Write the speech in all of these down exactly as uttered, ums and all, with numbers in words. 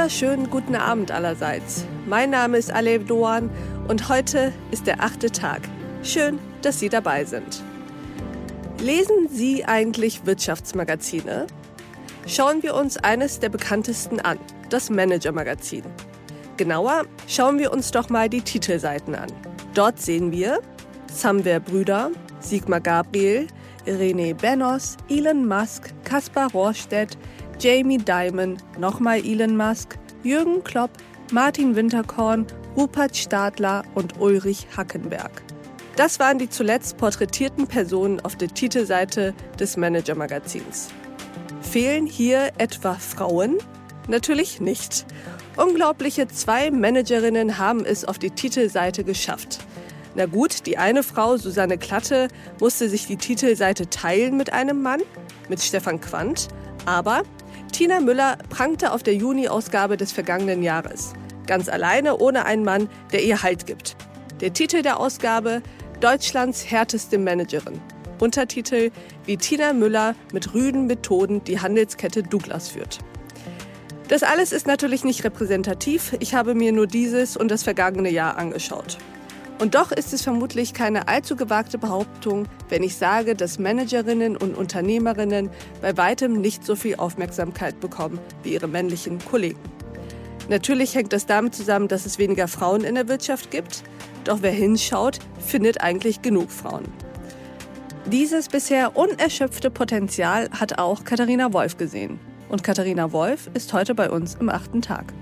wunderschönen guten Abend allerseits. Mein Name ist Alev Doan und heute ist der achte Tag. Schön, dass Sie dabei sind. Lesen Sie eigentlich Wirtschaftsmagazine? Schauen wir uns eines der bekanntesten an, das Manager-Magazin. Genauer schauen wir uns doch mal die Titelseiten an. Dort sehen wir Samwer-Brüder, Sigmar Gabriel, René Bennos, Elon Musk, Kaspar Rohrstedt, Jamie Dimon, nochmal Elon Musk, Jürgen Klopp, Martin Winterkorn, Rupert Stadler und Ulrich Hackenberg. Das waren die zuletzt porträtierten Personen auf der Titelseite des Manager-Magazins. Fehlen hier etwa Frauen? Natürlich nicht. Unglaubliche zwei Managerinnen haben es auf die Titelseite geschafft. Na gut, die eine Frau, Susanne Klatte, musste sich die Titelseite teilen mit einem Mann, mit Stefan Quandt, aber Tina Müller prangte auf der Juni-Ausgabe des vergangenen Jahres. Ganz alleine, ohne einen Mann, der ihr Halt gibt. Der Titel der Ausgabe: Deutschlands härteste Managerin. Untertitel: Wie Tina Müller mit rüden Methoden die Handelskette Douglas führt. Das alles ist natürlich nicht repräsentativ. Ich habe mir nur dieses und das vergangene Jahr angeschaut. Und doch ist es vermutlich keine allzu gewagte Behauptung, wenn ich sage, dass Managerinnen und Unternehmerinnen bei weitem nicht so viel Aufmerksamkeit bekommen wie ihre männlichen Kollegen. Natürlich hängt das damit zusammen, dass es weniger Frauen in der Wirtschaft gibt. Doch wer hinschaut, findet eigentlich genug Frauen. Dieses bisher unerschöpfte Potenzial hat auch Katharina Wolf gesehen. Und Katharina Wolf ist heute bei uns im achten Tag.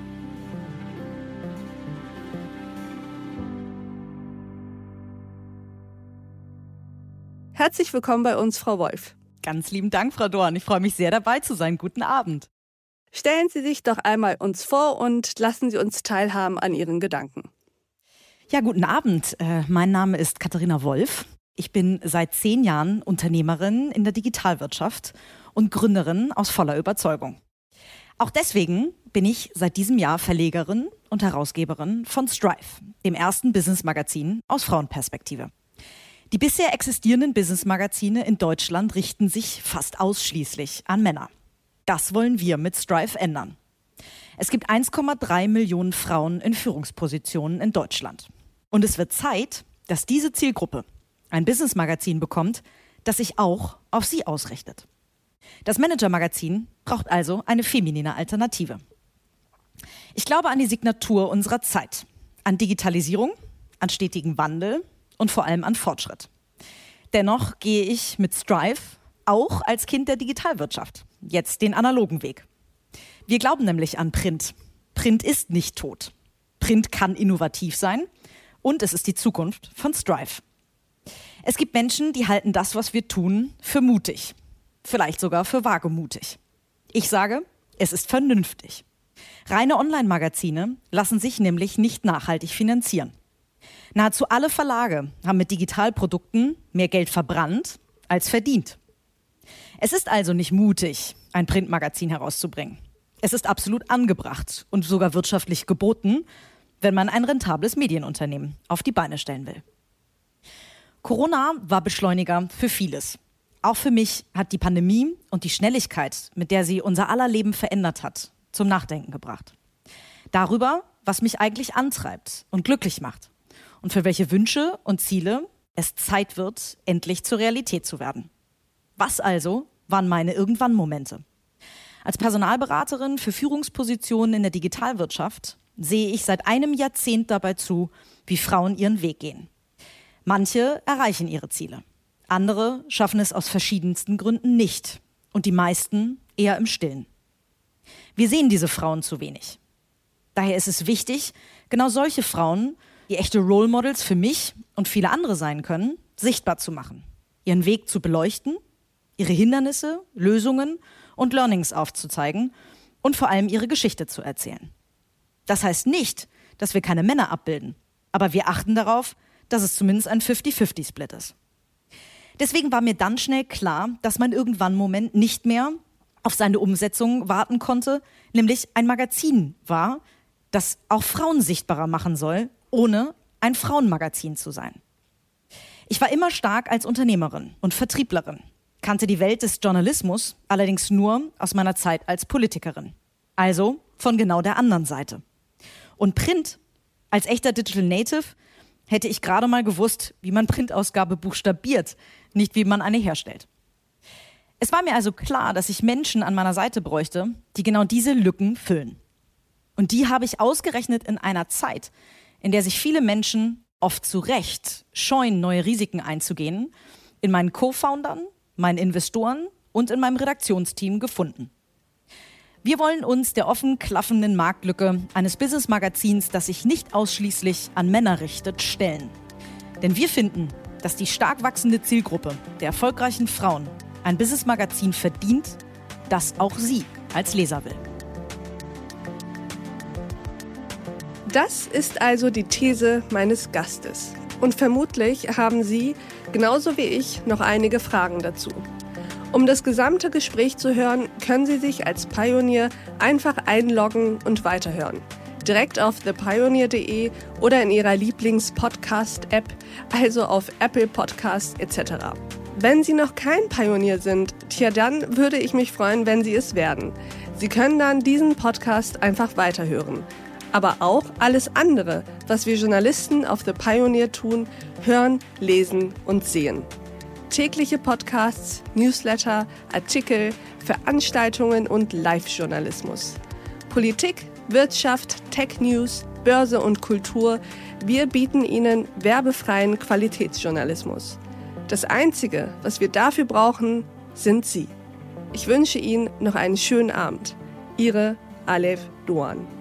Herzlich willkommen bei uns, Frau Wolf. Ganz lieben Dank, Frau Dorn. Ich freue mich sehr, dabei zu sein. Guten Abend. Stellen Sie sich doch einmal uns vor und lassen Sie uns teilhaben an Ihren Gedanken. Ja, guten Abend. Äh, mein Name ist Katharina Wolf. Ich bin seit zehn Jahren Unternehmerin in der Digitalwirtschaft und Gründerin aus voller Überzeugung. Auch deswegen bin ich seit diesem Jahr Verlegerin und Herausgeberin von Strive, dem ersten Business-Magazin aus Frauenperspektive. Die bisher existierenden Business-Magazine in Deutschland richten sich fast ausschließlich an Männer. Das wollen wir mit Strive ändern. Es gibt eins Komma drei Millionen Frauen in Führungspositionen in Deutschland. Und es wird Zeit, dass diese Zielgruppe ein Business-Magazin bekommt, das sich auch auf sie ausrichtet. Das Manager-Magazin braucht also eine feminine Alternative. Ich glaube an die Signatur unserer Zeit, an Digitalisierung, an stetigen Wandel und vor allem an Fortschritt. Dennoch gehe ich mit Strive auch als Kind der Digitalwirtschaft jetzt den analogen Weg. Wir glauben nämlich an Print. Print ist nicht tot. Print kann innovativ sein und es ist die Zukunft von Strive. Es gibt Menschen, die halten das, was wir tun, für mutig. Vielleicht sogar für wagemutig. Ich sage, es ist vernünftig. Reine Online-Magazine lassen sich nämlich nicht nachhaltig finanzieren. Nahezu alle Verlage haben mit Digitalprodukten mehr Geld verbrannt als verdient. Es ist also nicht mutig, ein Printmagazin herauszubringen. Es ist absolut angebracht und sogar wirtschaftlich geboten, wenn man ein rentables Medienunternehmen auf die Beine stellen will. Corona war Beschleuniger für vieles. Auch für mich hat die Pandemie und die Schnelligkeit, mit der sie unser aller Leben verändert hat, zum Nachdenken gebracht. Darüber, was mich eigentlich antreibt und glücklich macht. Und für welche Wünsche und Ziele es Zeit wird, endlich zur Realität zu werden. Was also waren meine Irgendwann-Momente? Als Personalberaterin für Führungspositionen in der Digitalwirtschaft sehe ich seit einem Jahrzehnt dabei zu, wie Frauen ihren Weg gehen. Manche erreichen ihre Ziele, andere schaffen es aus verschiedensten Gründen nicht und die meisten eher im Stillen. Wir sehen diese Frauen zu wenig. Daher ist es wichtig, genau solche Frauen, die echte Role Models für mich und viele andere sein können, sichtbar zu machen, ihren Weg zu beleuchten, ihre Hindernisse, Lösungen und Learnings aufzuzeigen und vor allem ihre Geschichte zu erzählen. Das heißt nicht, dass wir keine Männer abbilden, aber wir achten darauf, dass es zumindest ein fünfzig fünfzig Split ist. Deswegen war mir dann schnell klar, dass mein Irgendwann-Moment nicht mehr auf seine Umsetzung warten konnte, nämlich ein Magazin war, das auch Frauen sichtbarer machen soll, ohne ein Frauenmagazin zu sein. Ich war immer stark als Unternehmerin und Vertrieblerin, kannte die Welt des Journalismus allerdings nur aus meiner Zeit als Politikerin. Also von genau der anderen Seite. Und Print, als echter Digital Native, hätte ich gerade mal gewusst, wie man Printausgabe buchstabiert, nicht wie man eine herstellt. Es war mir also klar, dass ich Menschen an meiner Seite bräuchte, die genau diese Lücken füllen. Und die habe ich ausgerechnet in einer Zeit, in der sich viele Menschen, oft zu Recht, scheuen, neue Risiken einzugehen, in meinen Co-Foundern, meinen Investoren und in meinem Redaktionsteam gefunden. Wir wollen uns der offen klaffenden Marktlücke eines Business-Magazins, das sich nicht ausschließlich an Männer richtet, stellen. Denn wir finden, dass die stark wachsende Zielgruppe der erfolgreichen Frauen ein Business-Magazin verdient, das auch sie als Leser will. Das ist also die These meines Gastes. Und vermutlich haben Sie, genauso wie ich, noch einige Fragen dazu. Um das gesamte Gespräch zu hören, können Sie sich als Pioneer einfach einloggen und weiterhören. Direkt auf the pioneer punkt de oder in Ihrer Lieblings-Podcast-App, also auf Apple Podcasts et cetera. Wenn Sie noch kein Pioneer sind, tja, dann würde ich mich freuen, wenn Sie es werden. Sie können dann diesen Podcast einfach weiterhören. Aber auch alles andere, was wir Journalisten auf The Pioneer tun, hören, lesen und sehen. Tägliche Podcasts, Newsletter, Artikel, Veranstaltungen und Live-Journalismus. Politik, Wirtschaft, Tech-News, Börse und Kultur. Wir bieten Ihnen werbefreien Qualitätsjournalismus. Das Einzige, was wir dafür brauchen, sind Sie. Ich wünsche Ihnen noch einen schönen Abend. Ihre Alev Doğan.